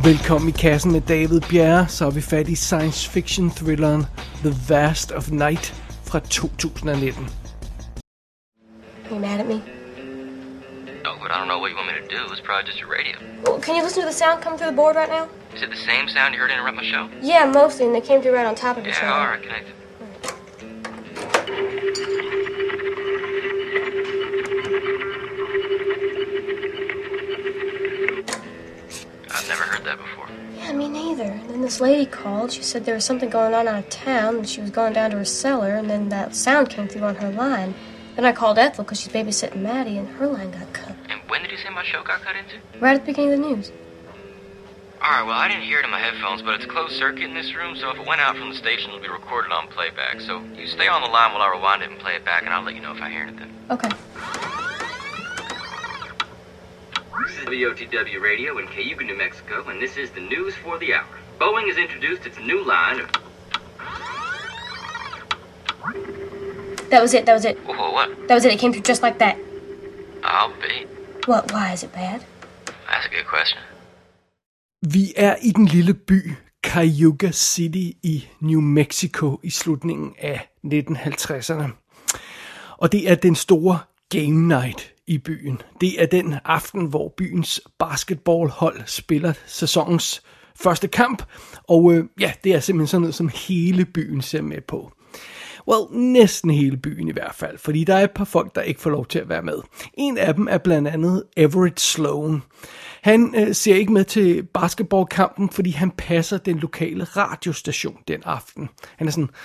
Velkommen i kassen med David Bjerre, så er vi fat i science fiction thrilleren The Vast of Night fra 2019. Are you mad at me? No, but I don't know what you want me to do. It's probably just your radio. Well, can you listen to the sound coming through the board right now? Is it the same sound you heard interrupt my show? Yeah, mostly, and they came through right on top of each Yeah, other. all right, connected. I've never heard that before. Yeah, me neither. And then this lady called. She said there was something going on out of town, and she was going down to her cellar, and then that sound came through on her line. Then I called Ethel because she's babysitting Maddie, and her line got cut. And when did you say my show got cut into? Right at the beginning of the news. All right, well, I didn't hear it in my headphones, but it's closed circuit in this room, so if it went out from the station, it'll be recorded on playback. So you stay on the line while I rewind it and play it back, and I'll let you know if I hear anything. Okay. This is WOTW Radio in Cayuga, New Mexico, and this is the news for the hour. Boeing has introduced its new line of... That was it. Whoa, what? That was it. It came through just like that. I'll be. What? Why is it bad? That's a good question. Vi er i den lille by Cayuga City i New Mexico i slutningen af 1950'erne. Og det er den store game night i byen. Det er den aften, hvor byens basketballhold spiller sæsonens første kamp. Og det er simpelthen sådan noget, som hele byen ser med på. Næsten hele byen i hvert fald, fordi der er et par folk, der ikke får lov til at være med. En af dem er blandt andet Everett Sloan. Han ser ikke med til basketballkampen, fordi han passer den lokale radiostation den aften. Han er sådan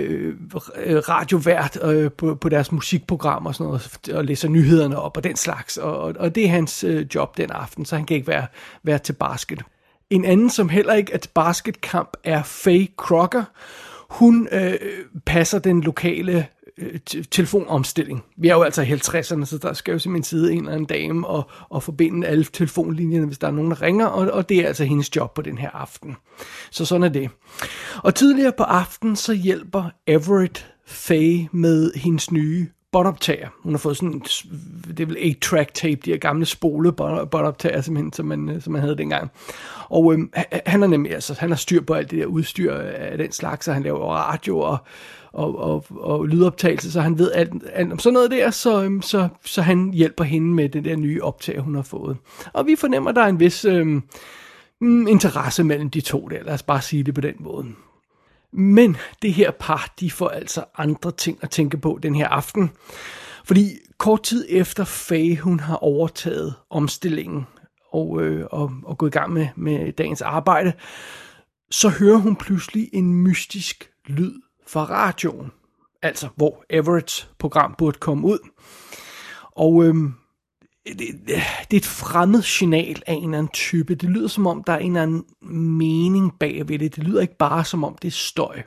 radiovært på deres musikprogram og sådan noget, og læser nyhederne op og den slags. Og det er hans job den aften, så han kan ikke være til basket. En anden, som heller ikke er til basketkamp, er Faye Crocker. Hun passer den lokale telefonomstilling. Vi er jo altså i 50'erne, så der skal jo simpelthen sidde en eller anden dame og forbinde alle telefonlinjerne, hvis der er nogen, der ringer, og det er altså hendes job på den her aften. Så sådan er det. Og tidligere på aftenen, så hjælper Everett Faye med hendes nye båndoptager. Hun har fået sådan, det er vel 8-track tape, de her gamle spole båndoptager, simpelthen, som man havde dengang. Og han er nemlig, altså, han har styr på alt det der udstyr af den slags, så han laver radio og lydoptagelse, så han ved alt om sådan noget der, så han hjælper hende med den der nye optager, hun har fået. Og vi fornemmer, der er en vis interesse mellem de to der, lad os bare sige det på den måde. Men det her par, de får altså andre ting at tænke på den her aften. Fordi kort tid efter Faye, hun har overtaget omstillingen og gået i gang med dagens arbejde, så hører hun pludselig en mystisk lyd fra radioen. Altså, hvor Everetts program burde komme ud. Og det er et fremmed signal af en eller anden type. Det lyder som om, der er en eller anden mening bagved det. Det lyder ikke bare som om, det er støj.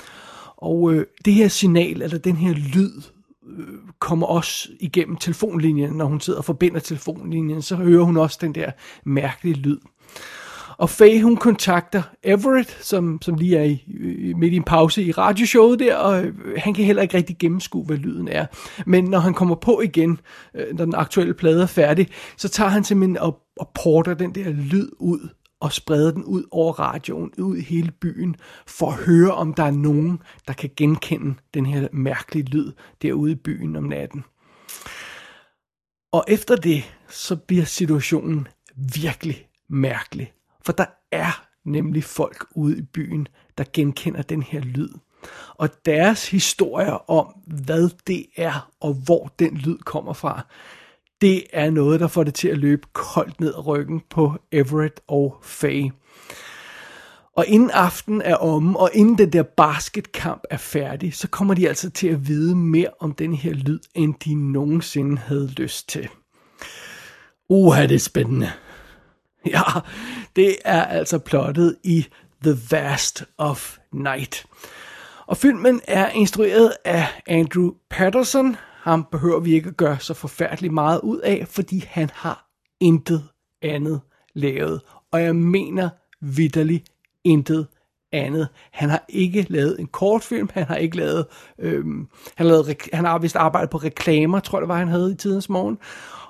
Og det her signal, eller den her lyd, kommer også igennem telefonlinjen. Når hun sidder og forbinder telefonlinjen, så hører hun også den der mærkelige lyd. Og Faye, hun kontakter Everett, som lige er midt i en pause i radioshowet der, og han kan heller ikke rigtig gennemskue, hvad lyden er. Men når han kommer på igen, når den aktuelle plade er færdig, så tager han simpelthen og porter den der lyd ud, og spreder den ud over radioen, ud i hele byen, for at høre, om der er nogen, der kan genkende den her mærkelige lyd derude i byen om natten. Og efter det, så bliver situationen virkelig mærkelig. For der er nemlig folk ude i byen, der genkender den her lyd. Og deres historier om, hvad det er, og hvor den lyd kommer fra, det er noget, der får det til at løbe koldt ned ad ryggen på Everett og Faye. Og inden aftenen er omme, og inden den der basketkamp er færdig, så kommer de altså til at vide mere om den her lyd, end de nogensinde havde lyst til. Det er spændende. Ja, det er altså plottet i The Vast of Night. Og filmen er instrueret af Andrew Patterson. Ham behøver vi ikke at gøre så forfærdeligt meget ud af, fordi han har intet andet lavet. Og jeg mener vitterligt intet andet. Han har ikke lavet en kortfilm, han har ikke lavet, han har vist arbejdet på reklamer, tror jeg det var, han havde i tidens morgen.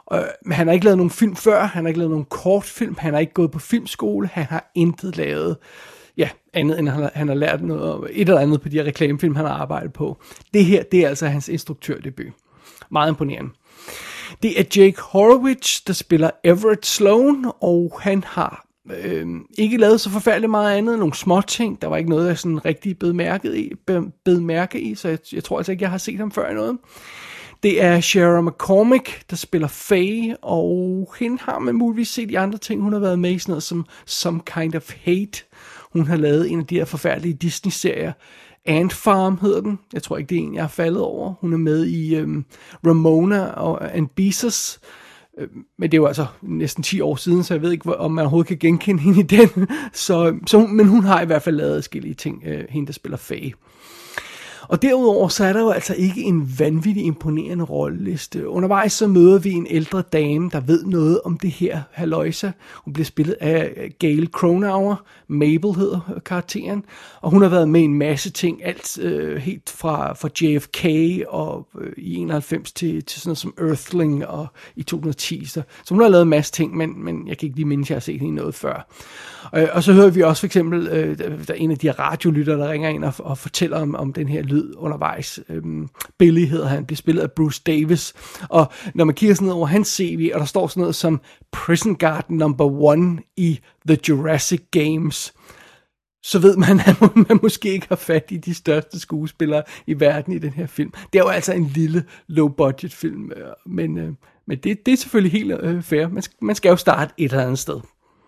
Men han har ikke lavet nogen film før, han har ikke lavet nogen kortfilm, han har ikke gået på filmskole, han har intet lavet, andet end han har lært noget, et eller andet på de her reklamefilm, han har arbejdet på. Det her, det er altså hans instruktørdebut. Meget imponerende. Det er Jake Horowitz, der spiller Everett Sloan, og han har ikke lavet så forfærdeligt meget andet, nogle små ting. Der var ikke noget, jeg sådan rigtig bed mærke i, så jeg tror altså ikke, jeg har set ham før i noget. Det er Shara McCormick, der spiller Faye, og hende har man muligvis set i andre ting. Hun har været med i sådan noget som Some Kind of Hate. Hun har lavet en af de her forfærdelige Disney-serier. Ant Farm hedder den. Jeg tror ikke, det er en, jeg har faldet over. Hun er med i Ramona and Beezus. Men det er jo altså næsten 10 år siden, så jeg ved ikke, om man overhovedet kan genkende hende i den. Men hun har i hvert fald lavet forskellige ting, hende der spiller Faye. Og derudover så er der jo altså ikke en vanvittig imponerende rolleliste. Undervejs så møder vi en ældre dame, der ved noget om det her halløjsa. Hun bliver spillet af Gail Cronauer, Mabel hedder karakteren, og hun har været med i en masse ting, alt helt fra JFK og i 91 til sådan noget som Earthling og i 2010. Så hun har lavet en masse ting, men jeg kan ikke lige minde, at jeg har set hende noget før. Og så hører vi også for eksempel, der er en af de her radiolytter, der ringer ind og fortæller om den her lyd undervejs. Billy hedder han, bliver spillet af Bruce Davis. Og når man kigger sådan noget over hans CV, og der står sådan noget som Prison Guard #1 i The Jurassic Games, så ved man, at man måske ikke har fat i de største skuespillere i verden i den her film. Det er jo altså en lille low-budget film, men det er selvfølgelig helt fair. Man skal jo starte et eller andet sted.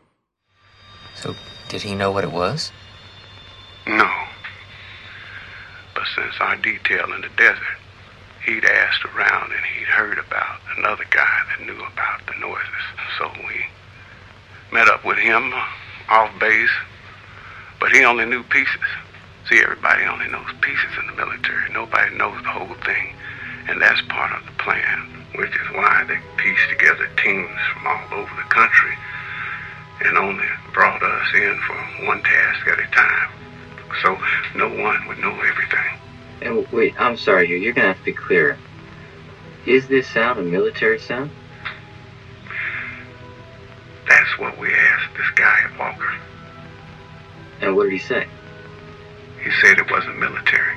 So, did he know what it was? No. But since our detail in the desert, he'd asked around and he'd heard about another guy that knew about the noises. So we met up with him off base, but he only knew pieces. See, everybody only knows pieces in the military. Nobody knows the whole thing, and that's part of the plan, which is why they piece together teams from all over the country and only brought us in for one task at a time, so no one would know everything. And wait, I'm sorry, you're gonna have to be clear. Is this sound a military sound? That's what we asked this guy at Walker. And what did he say? He said it wasn't military.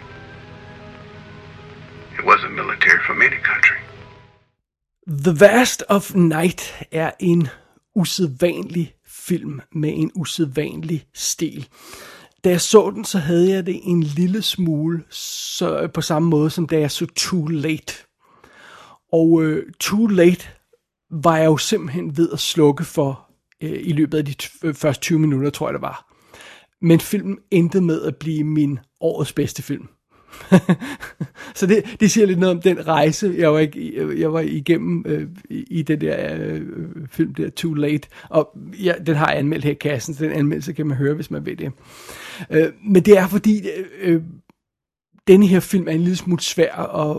It wasn't military from any country. The Vast of Night er en usædvanlig film med en usædvanlig stil. Da jeg så den, så havde jeg det en lille smule på samme måde, som da jeg så Too Late. Og Too Late var jeg jo simpelthen ved at slukke for i løbet af de første 20 minutter, tror jeg det var. Men filmen endte med at blive min årets bedste film. Så det siger lidt noget om den rejse, jeg var igennem i den der film der, Too Late. Og den har jeg anmeldt her i kassen, så den anmeldelse kan man høre, hvis man vil det. Men det er fordi, denne her film er en lille smule svær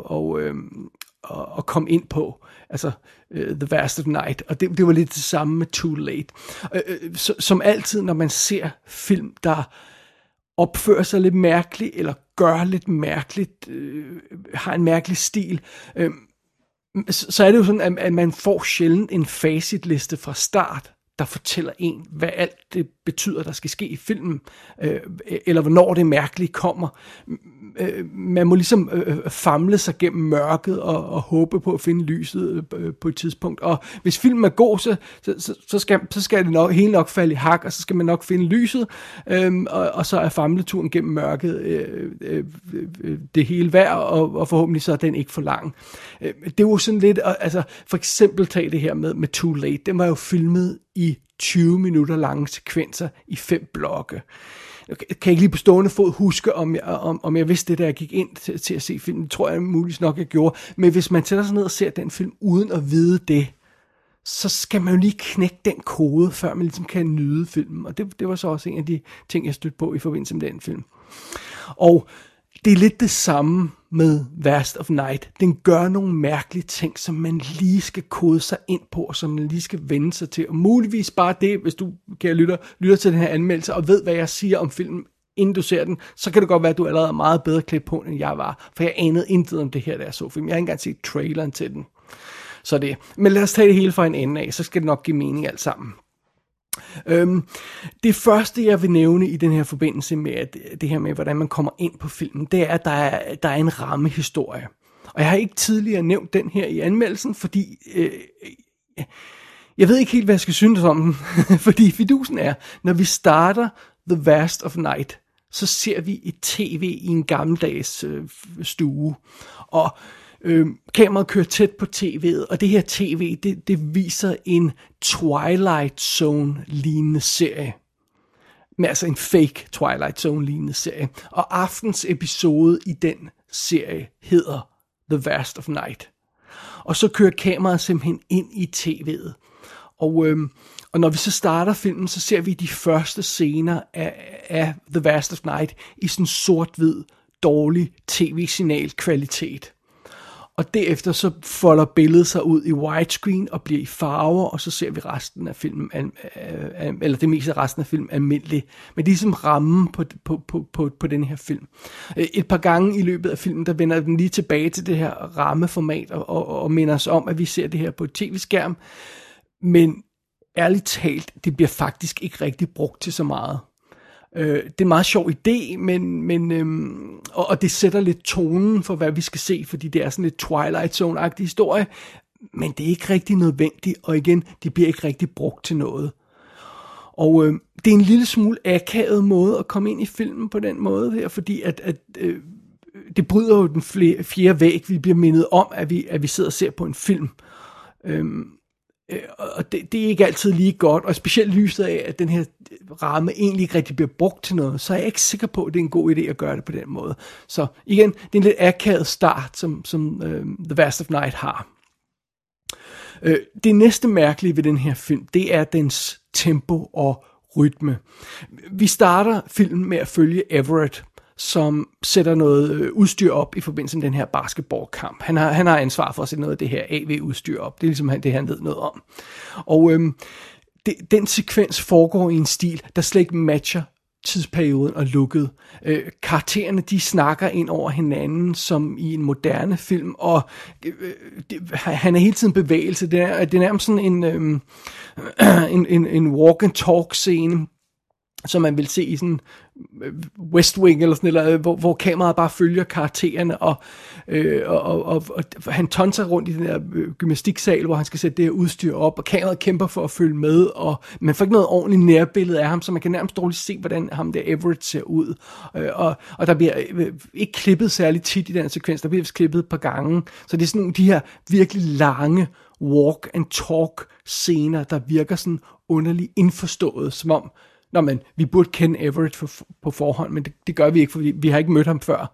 at komme ind på. Altså, The Vast of Night. Og det var lidt det samme med Too Late. Som altid, når man ser film, der opfører sig lidt mærkeligt, eller gør lidt mærkeligt, har en mærkelig stil, så er det jo sådan, at man får sjældent en facitliste fra start, der fortæller en, hvad alt det betyder, der skal ske i filmen, eller hvornår det mærkeligt kommer. Man må ligesom famle sig gennem mørket og håbe på at finde lyset på et tidspunkt. Og hvis filmen er god, så skal det nok, helt nok falde i hak, og så skal man nok finde lyset, og så er famleturen gennem mørket det hele værd, og forhåbentlig så er den ikke for lang. Det er jo sådan lidt, altså for eksempel tag det her med Too Late, den var jo filmet i 20 minutter lange sekvenser i 5 blokke. Jeg kan ikke lige på stående fod huske, om jeg vidste det, da jeg gik ind til at se filmen. Det tror jeg muligvis nok, jeg gjorde. Men hvis man sætter sig ned og ser den film uden at vide det, så skal man jo lige knække den kode, før man ligesom kan nyde filmen. Og det var så også en af de ting, jeg stødte på i forbindelse med den film. Og det er lidt det samme med Vast of Night. Den gør nogle mærkelige ting, som man lige skal kode sig ind på, og som man lige skal vende sig til. Og muligvis bare det, hvis du kan lytter til den her anmeldelse, og ved, hvad jeg siger om filmen, inden du ser den, så kan det godt være, at du allerede er meget bedre klædt på, end jeg var. For jeg anede intet om det her, da jeg så filmen. Jeg har ikke engang set traileren til den. Så det. Men lad os tage det hele fra en ende af, så skal det nok give mening alt sammen. Det første, jeg vil nævne i den her forbindelse med det her med, hvordan man kommer ind på filmen, det er, at der er en rammehistorie. Og jeg har ikke tidligere nævnt den her i anmeldelsen, fordi jeg ved ikke helt, hvad jeg skal synes om den. Fordi fidusen er, når vi starter The Vast of Night, så ser vi et tv i en gammeldags stue. Og kameraet kører tæt på tv'et, og det her tv, det viser en Twilight Zone-lignende serie. Men altså en fake Twilight Zone-lignende serie. Og aftens episode i den serie hedder The Vast of Night. Og så kører kameraet simpelthen ind i tv'et. Og når vi så starter filmen, så ser vi de første scener af The Vast of Night i sådan sort-hvid, dårlig tv-signalkvalitet. Og derefter så folder billedet sig ud i widescreen og bliver i farver, og så ser vi resten af filmen, eller det meste af resten af filmen almindeligt. Men det er ligesom rammen på den her film. Et par gange i løbet af filmen, der vender den lige tilbage til det her rammeformat, og minder os om, at vi ser det her på et tv-skærm. Men ærligt talt, det bliver faktisk ikke rigtig brugt til så meget. Det er en meget sjov idé, og det sætter lidt tonen for, hvad vi skal se, fordi det er sådan lidt Twilight Zone-agtig historie, men det er ikke rigtig nødvendigt, og igen, det bliver ikke rigtig brugt til noget. Og det er en lille smule akavet måde at komme ind i filmen på den måde her, fordi det bryder jo den fjerde væg, vi bliver mindet om, at vi sidder og ser på en film. Og det er ikke altid lige godt, og specielt lyset af, at den her ramme egentlig ikke rigtig bliver brugt til noget, så er jeg ikke sikker på, at det er en god idé at gøre det på den måde. Så igen, det er en lidt akavet start, som The Vast of Night har. Det næste mærkelige ved den her film, det er dens tempo og rytme. Vi starter filmen med at følge Everett, som sætter noget udstyr op i forbindelse med den her basketballkamp. Han har ansvar for at sætte noget af det her AV-udstyr op. Det er ligesom det, han ved noget om. Og den sekvens foregår i en stil, der slet ikke matcher tidsperioden og looket. Karaktererne, de snakker ind over hinanden, som i en moderne film, og han er hele tiden bevægelse. Det er nærmest sådan en walk-and-talk-scene, som man vil se i sådan West Wing eller sådan, eller hvor kameraet bare følger karaktererne, og han tonser rundt i den der gymnastiksal, hvor han skal sætte det her udstyr op, og kameraet kæmper for at følge med, og man får ikke noget ordentligt nærbillede af ham, så man kan nærmest dårligt se, hvordan ham der Everett ser ud. Og der bliver ikke klippet særligt tit i den sekvens, der bliver klippet et par gange, så det er sådan nogle de her virkelig lange walk and talk scener, der virker sådan underligt indforstået, som om vi burde kende Everett på forhånd, men det gør vi ikke, fordi vi har ikke mødt ham før.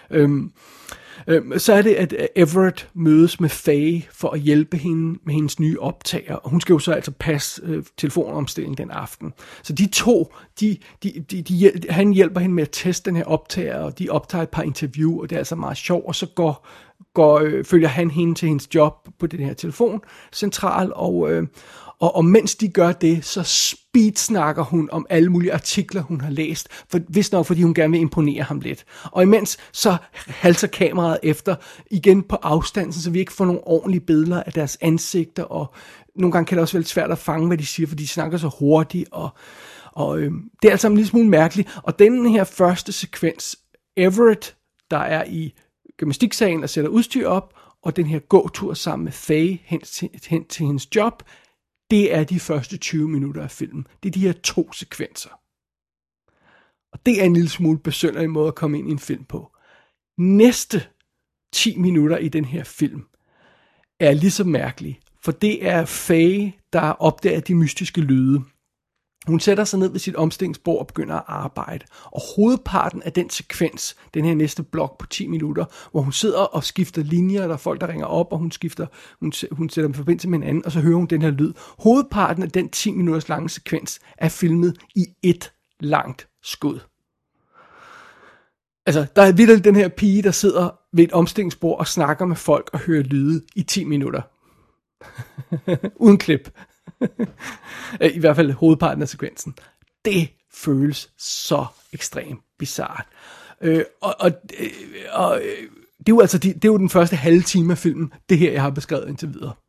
Så er det, at Everett mødes med Faye for at hjælpe hende med hendes nye optager, og hun skal jo så altså passe telefonomstillingen den aften. Så de to, han hjælper hende med at teste den her optager, og de optager et par interview, og det er altså meget sjovt, og så følger han hende til hendes job på den her telefoncentral, og mens de gør det, så speedsnakker hun om alle mulige artikler, hun har læst, vist nok fordi hun gerne vil imponere ham lidt. Og imens så halser kameraet efter, igen på afstand, så vi ikke får nogle ordentlige billeder af deres ansigter, og nogle gange kan det også være lidt svært at fange, hvad de siger, for de snakker så hurtigt, og det er altså en lille smule mærkeligt. Og den her første sekvens, Everett, der er i gymnastiksalen og sætter udstyr op, og den her gåtur sammen med Faye hen til hendes job, det er de første 20 minutter af filmen. Det er de her 2 sekvenser. Og det er en lille smule besynderlig måde at komme ind i en film på. Næste 10 minutter i den her film er lige så mærkelig, for det er Faye, der opdager de mystiske lyde. Hun sætter sig ned ved sit omstillingsbord og begynder at arbejde. Og hovedparten af den sekvens, den her næste blok på 10 minutter, hvor hun sidder og skifter linjer, der er folk, der ringer op, og hun sætter dem i forbindelse med hinanden, og så hører hun den her lyd. Hovedparten af den 10 minutters lange sekvens er filmet i et langt skud. Altså, der er virkelig den her pige, der sidder ved et omstillingsbord og snakker med folk og hører lyde i 10 minutter. Uden klip. I hvert fald hovedparten af sekvensen. Det føles så ekstremt bizarrt. Og det er jo altså det er jo den første halve time af filmen, det her jeg har beskrevet indtil videre.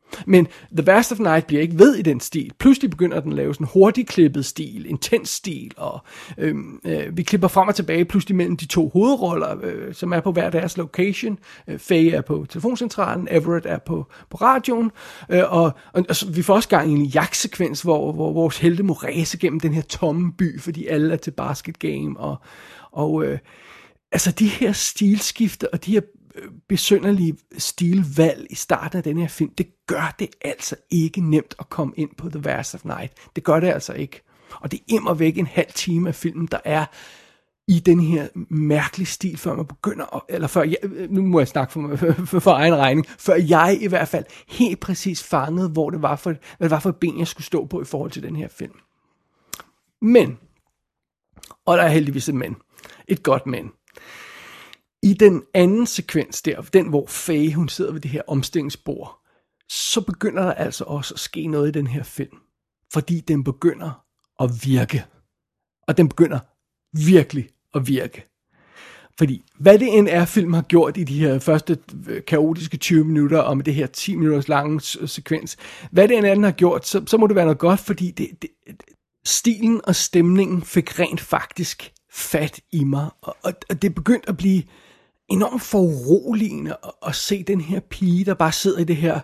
Men The Vast of Night bliver ikke ved i den stil. Pludselig begynder den at lave sådan en hurtigklippet stil, intens stil, og vi klipper frem og tilbage pludselig mellem de to hovedroller, som er på hver deres location. Faye er på telefoncentralen, Everett er på radioen, og vi får også gang i en jagtsekvens, hvor vores helte må ræse gennem den her tomme by, fordi alle er til basket game, og altså de her stilskifter og de her besynderlige stilvalg i starten af den her film, det gør det altså ikke nemt at komme ind på The Vast of Night. Det gør det altså ikke. Og det er immervæk en halv time af filmen, der er i den her mærkelige stil, før man begynder, nu må jeg snakke for egen regning, før jeg i hvert fald helt præcis fangede, hvad det var for et ben, jeg skulle stå på i forhold til den her film. Men, og der er heldigvis et godt men. I den anden sekvens der, den hvor Faye, hun sidder ved det her omstillingsbord, så begynder der altså også at ske noget i den her film. Fordi den begynder at virke. Og den begynder virkelig at virke. Fordi hvad det end er, film har gjort i de her første kaotiske 20 minutter, og med det her 10 minutters lange sekvens, hvad det end er, den har gjort, så må det være noget godt, fordi stilen og stemningen fik rent faktisk fat i mig. Og det begyndte at blive enormt foruroligende at se den her pige, der bare sidder i det her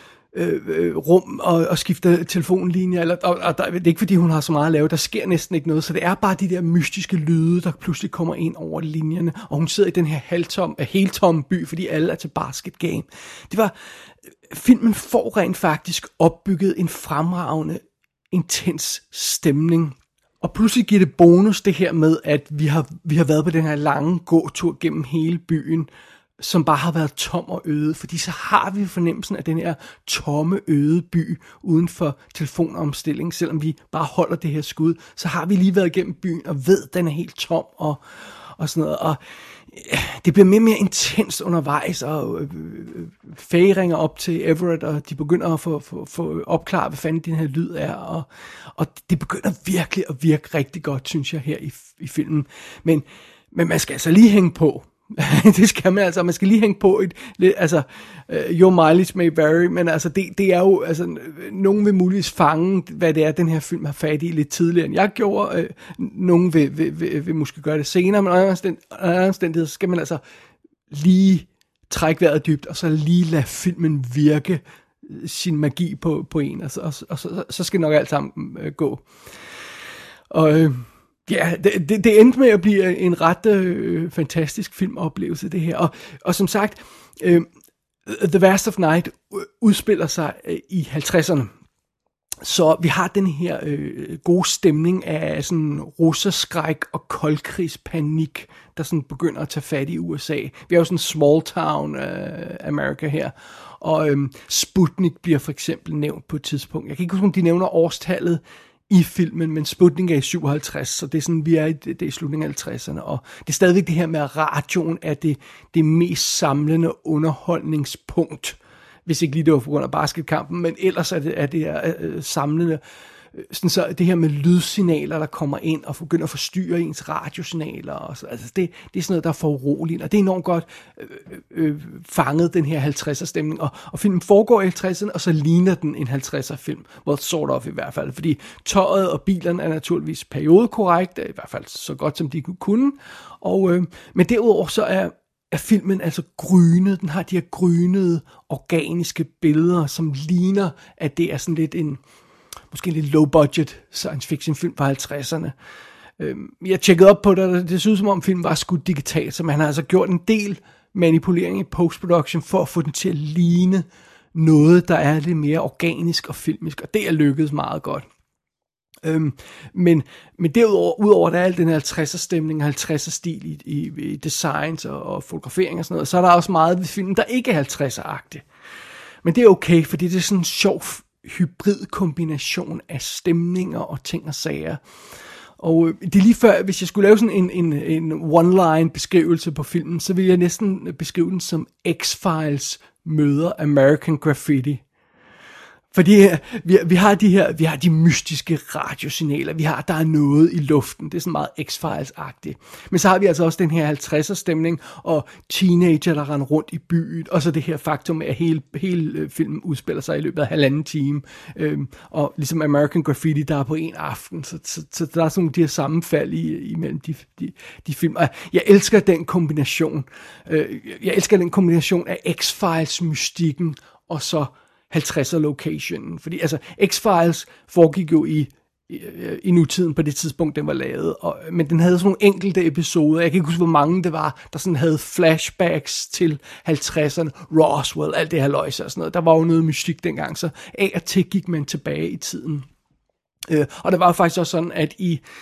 rum og skifter telefonlinjer. Og det er ikke fordi hun har så meget at lave, der sker næsten ikke noget, så det er bare de der mystiske lyde, der pludselig kommer ind over linjerne, og hun sidder i den her heltomme by, fordi alle er til basket game. Filmen får rent faktisk opbygget en fremragende, intens stemning. Og pludselig giver det bonus det her med, at vi har været på den her lange gåtur gennem hele byen, som bare har været tom og øde, fordi så har vi fornemmelsen af den her tomme, øde by uden for telefonomstilling, selvom vi bare holder det her skud, så har vi lige været igennem byen og ved, at den er helt tom og sådan noget, og det bliver mere og mere intenst undervejs, og Faye ringer op til Everett, og de begynder at få opklaret, hvad fanden den her lyd er, og det begynder virkelig at virke rigtig godt, synes jeg, her i filmen, men man skal altså lige hænge på. Det skal man altså, man skal lige hænge på your mileage may vary, men altså det er jo, altså nogen vil muligvis fange, hvad det er, den her film har fat i lidt tidligere, end jeg gjorde, nogen vil måske gøre det senere, men under omstændigheder, så skal man altså lige trække vejret dybt, og så lige lade filmen virke sin magi på en, og så skal nok alt sammen gå. Og ja, det endte med at blive en ret fantastisk filmoplevelse, det her. Og som sagt, The Vast of Night udspiller sig i 50'erne. Så vi har den her gode stemning af sådan russerskræk og koldkrigspanik, der sådan begynder at tage fat i USA. Vi har jo sådan small town America her. Og Sputnik bliver for eksempel nævnt på et tidspunkt. Jeg kan ikke huske, om de nævner årstallet i filmen, men Sputnik er i 57, så det er sådan, vi er det er i slutningen af 50'erne, og det er stadigvæk det her med, at radioen er det mest samlende underholdningspunkt, hvis ikke lige det var på grund af basketkampen, men ellers er det samlende, sådan så det her med lydsignaler, der kommer ind og begynder at forstyrre ens radiosignaler, og så, altså det er sådan noget, der er foruroligende, og det er enormt godt fanget, den her 50'er stemning, og filmen foregår i 50'erne, og så ligner den en 50'er film, well, sort of i hvert fald, fordi tøjet og bilerne er naturligvis periodekorrekt, i hvert fald så godt som de kunne, og men derudover så er filmen altså grynet, den har de her grynede, organiske billeder, som ligner, at det er sådan lidt måske en lidt low-budget science fiction film fra 50'erne. Jeg tjekkede op på det, og det synes som om filmen var skudt digitalt, så man har altså gjort en del manipulering i post-production for at få den til at ligne noget, der er lidt mere organisk og filmisk, og det er lykkedes meget godt. Men derudover, udover der er al den her 50'er stemning og 50'er stil i designs og fotografering og sådan noget, så er der også meget ved filmen, der ikke er 50'er-agtig. Men det er okay, fordi det er sådan en sjov hybrid kombination af stemninger og ting og sager. Og det er lige før, hvis jeg skulle lave sådan en one-line beskrivelse på filmen, så ville jeg næsten beskrive den som X-Files møder American Graffiti. Fordi vi har de mystiske radiosignaler, der er noget i luften, det er sådan meget X-Files-agtigt. Men så har vi altså også den her 50'er stemning, og teenager, der render rundt i byen, og så det her faktum, at hele filmen udspiller sig i løbet af 1,5 time, og ligesom American Graffiti, der er på en aften, så der er sådan de her sammenfald imellem de film. Og jeg elsker den kombination, af X-Files-mystikken, og så 50'er locationen, fordi altså X-Files foregik jo i nutiden på det tidspunkt, den var lavet, men den havde sådan nogle enkelte episoder, jeg kan ikke huske, hvor mange det var, der sådan havde flashbacks til 50'erne, Roswell, alt det her løjse og sådan noget, der var jo noget mystik dengang, så af og til gik man tilbage i tiden. Og der var jo faktisk også sådan, at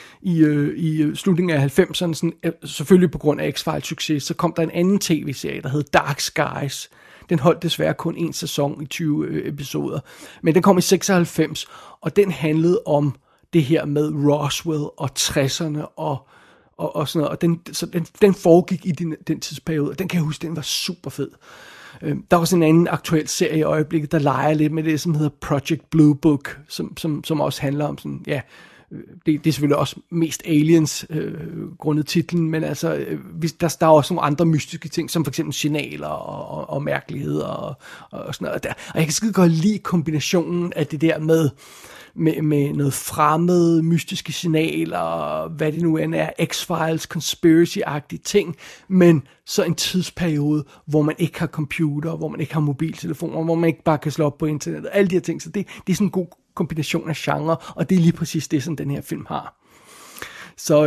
i slutningen af 90'erne, sådan, selvfølgelig på grund af X-Files succes, så kom der en anden tv-serie, der hed Dark Skies. Den holdt desværre kun en sæson i 20 episoder. Men den kom i 96, og den handlede om det her med Roswell og 60'erne og sådan noget. Og den foregik i den tidsperiode, og den kan jeg huske, den var super fed. Der er også en anden aktuel serie i øjeblikket, der leger lidt med det, som hedder Project Blue Book, som også handler om sådan, ja, det er selvfølgelig også mest aliens grundet titlen, men altså der er også nogle andre mystiske ting, som for eksempel signaler og mærkeligheder og sådan noget. Og jeg kan skide godt lide kombinationen af det der med noget fremmed, mystiske signaler, hvad det nu end er, X-Files, conspiracy-agtige ting, men så en tidsperiode, hvor man ikke har computer, hvor man ikke har mobiltelefoner, hvor man ikke bare kan slå op på internet, alle de her ting. Så det er sådan en god kombination af genre, og det er lige præcis det, som den her film har. Så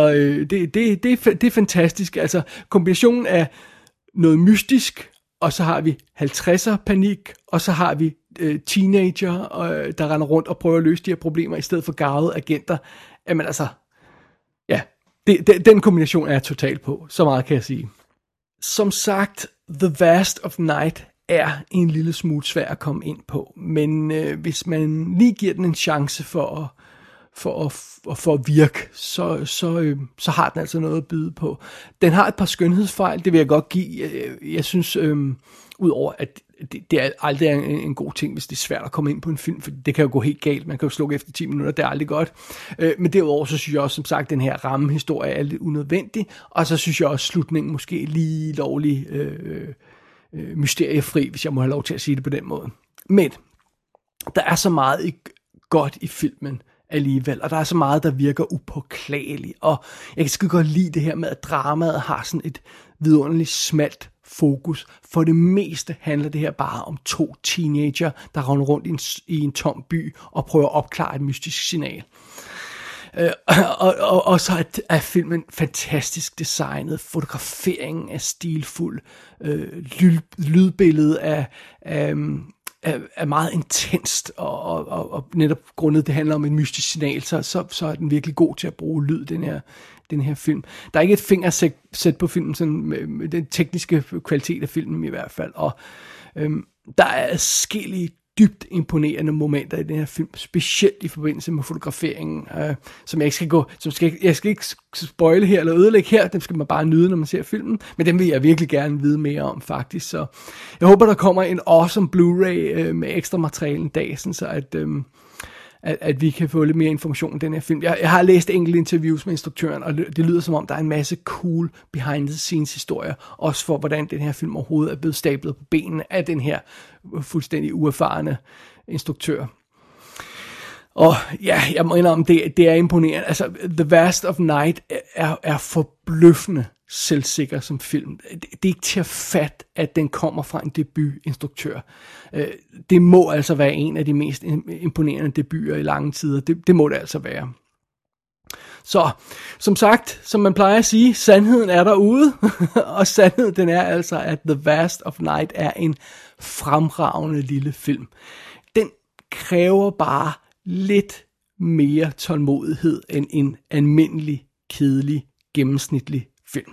det er fantastisk. Altså kombinationen af noget mystisk, og så har vi 50'er panik, og så har vi teenager, der render rundt og prøver at løse de her problemer, i stedet for garvede agenter. Jamen altså, ja, den kombination er jeg totalt på. Så meget kan jeg sige. Som sagt, The Vast of Night er en lille smule svær at komme ind på, men hvis man lige giver den en chance for at virke, så har den altså noget at byde på. Den har et par skønhedsfejl, det vil jeg godt give. Jeg synes, udover at det er aldrig en god ting, hvis det er svært at komme ind på en film, for det kan jo gå helt galt. Man kan jo slukke efter 10 minutter, det er aldrig godt. Men derudover, så synes jeg også, som sagt, den her rammehistorie er lidt unødvendig, og så synes jeg også, slutningen måske lige lovlig mysteriefri, hvis jeg må have lov til at sige det på den måde. Men der er så meget godt i filmen alligevel, og der er så meget, der virker upåklageligt, og jeg kan skide godt lide det her med, at dramaet har sådan et vidunderligt smalt fokus. For det meste handler det her bare om 2 teenager, der render rundt i en tom by og prøver at opklare et mystisk signal. Og så er filmen fantastisk designet, fotograferingen er stilfuld, lydbilledet er meget intenst, og netop grundet det handler om et mystisk signal, så er den virkelig god til at bruge lyd, den her film. Der er ikke et fingersæt på filmen, sådan med den tekniske kvalitet af filmen i hvert fald, og der er adskillige dybt imponerende momenter i den her film, specielt i forbindelse med fotograferingen, som jeg skal ikke spoile her eller ødelægge her, dem skal man bare nyde, når man ser filmen, men dem vil jeg virkelig gerne vide mere om faktisk, så jeg håber, der kommer en awesome Blu-ray med ekstra materiale en dag, sådan så at vi kan få lidt mere information om den her film. Jeg har læst enkelte interviews med instruktøren, og det lyder som om, der er en masse cool behind-the-scenes historier, også for hvordan den her film overhovedet er blevet stablet på benene af den her fuldstændig uerfarne instruktør. Og ja, jeg må indrømme, det er imponerende. Altså, The Vast of Night er forbløffende selvsikker som film. Det er ikke til at fatte, at den kommer fra en debutinstruktør. Det må altså være en af de mest imponerende debuter i lange tider. Det må det altså være. Så, som sagt, som man plejer at sige, sandheden er derude, og sandheden den er altså, at The Vast of Night er en fremragende lille film. Den kræver bare lidt mere tålmodighed end en almindelig, kedelig, gennemsnitlig film.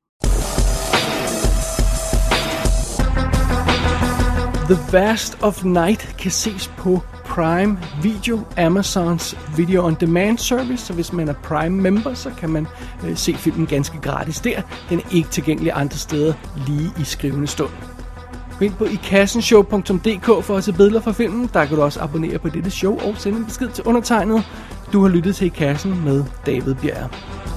The Vast of Night kan ses på Prime Video, Amazons Video on Demand service, så hvis man er Prime member, så kan man se filmen ganske gratis der. Den er ikke tilgængelig andre steder lige i skrivende stund. Gå ind på ikassenshow.dk for at se billeder fra filmen. Der kan du også abonnere på dette show og sende en besked til undertegnet. Du har lyttet til I Kassen med David Bjerg.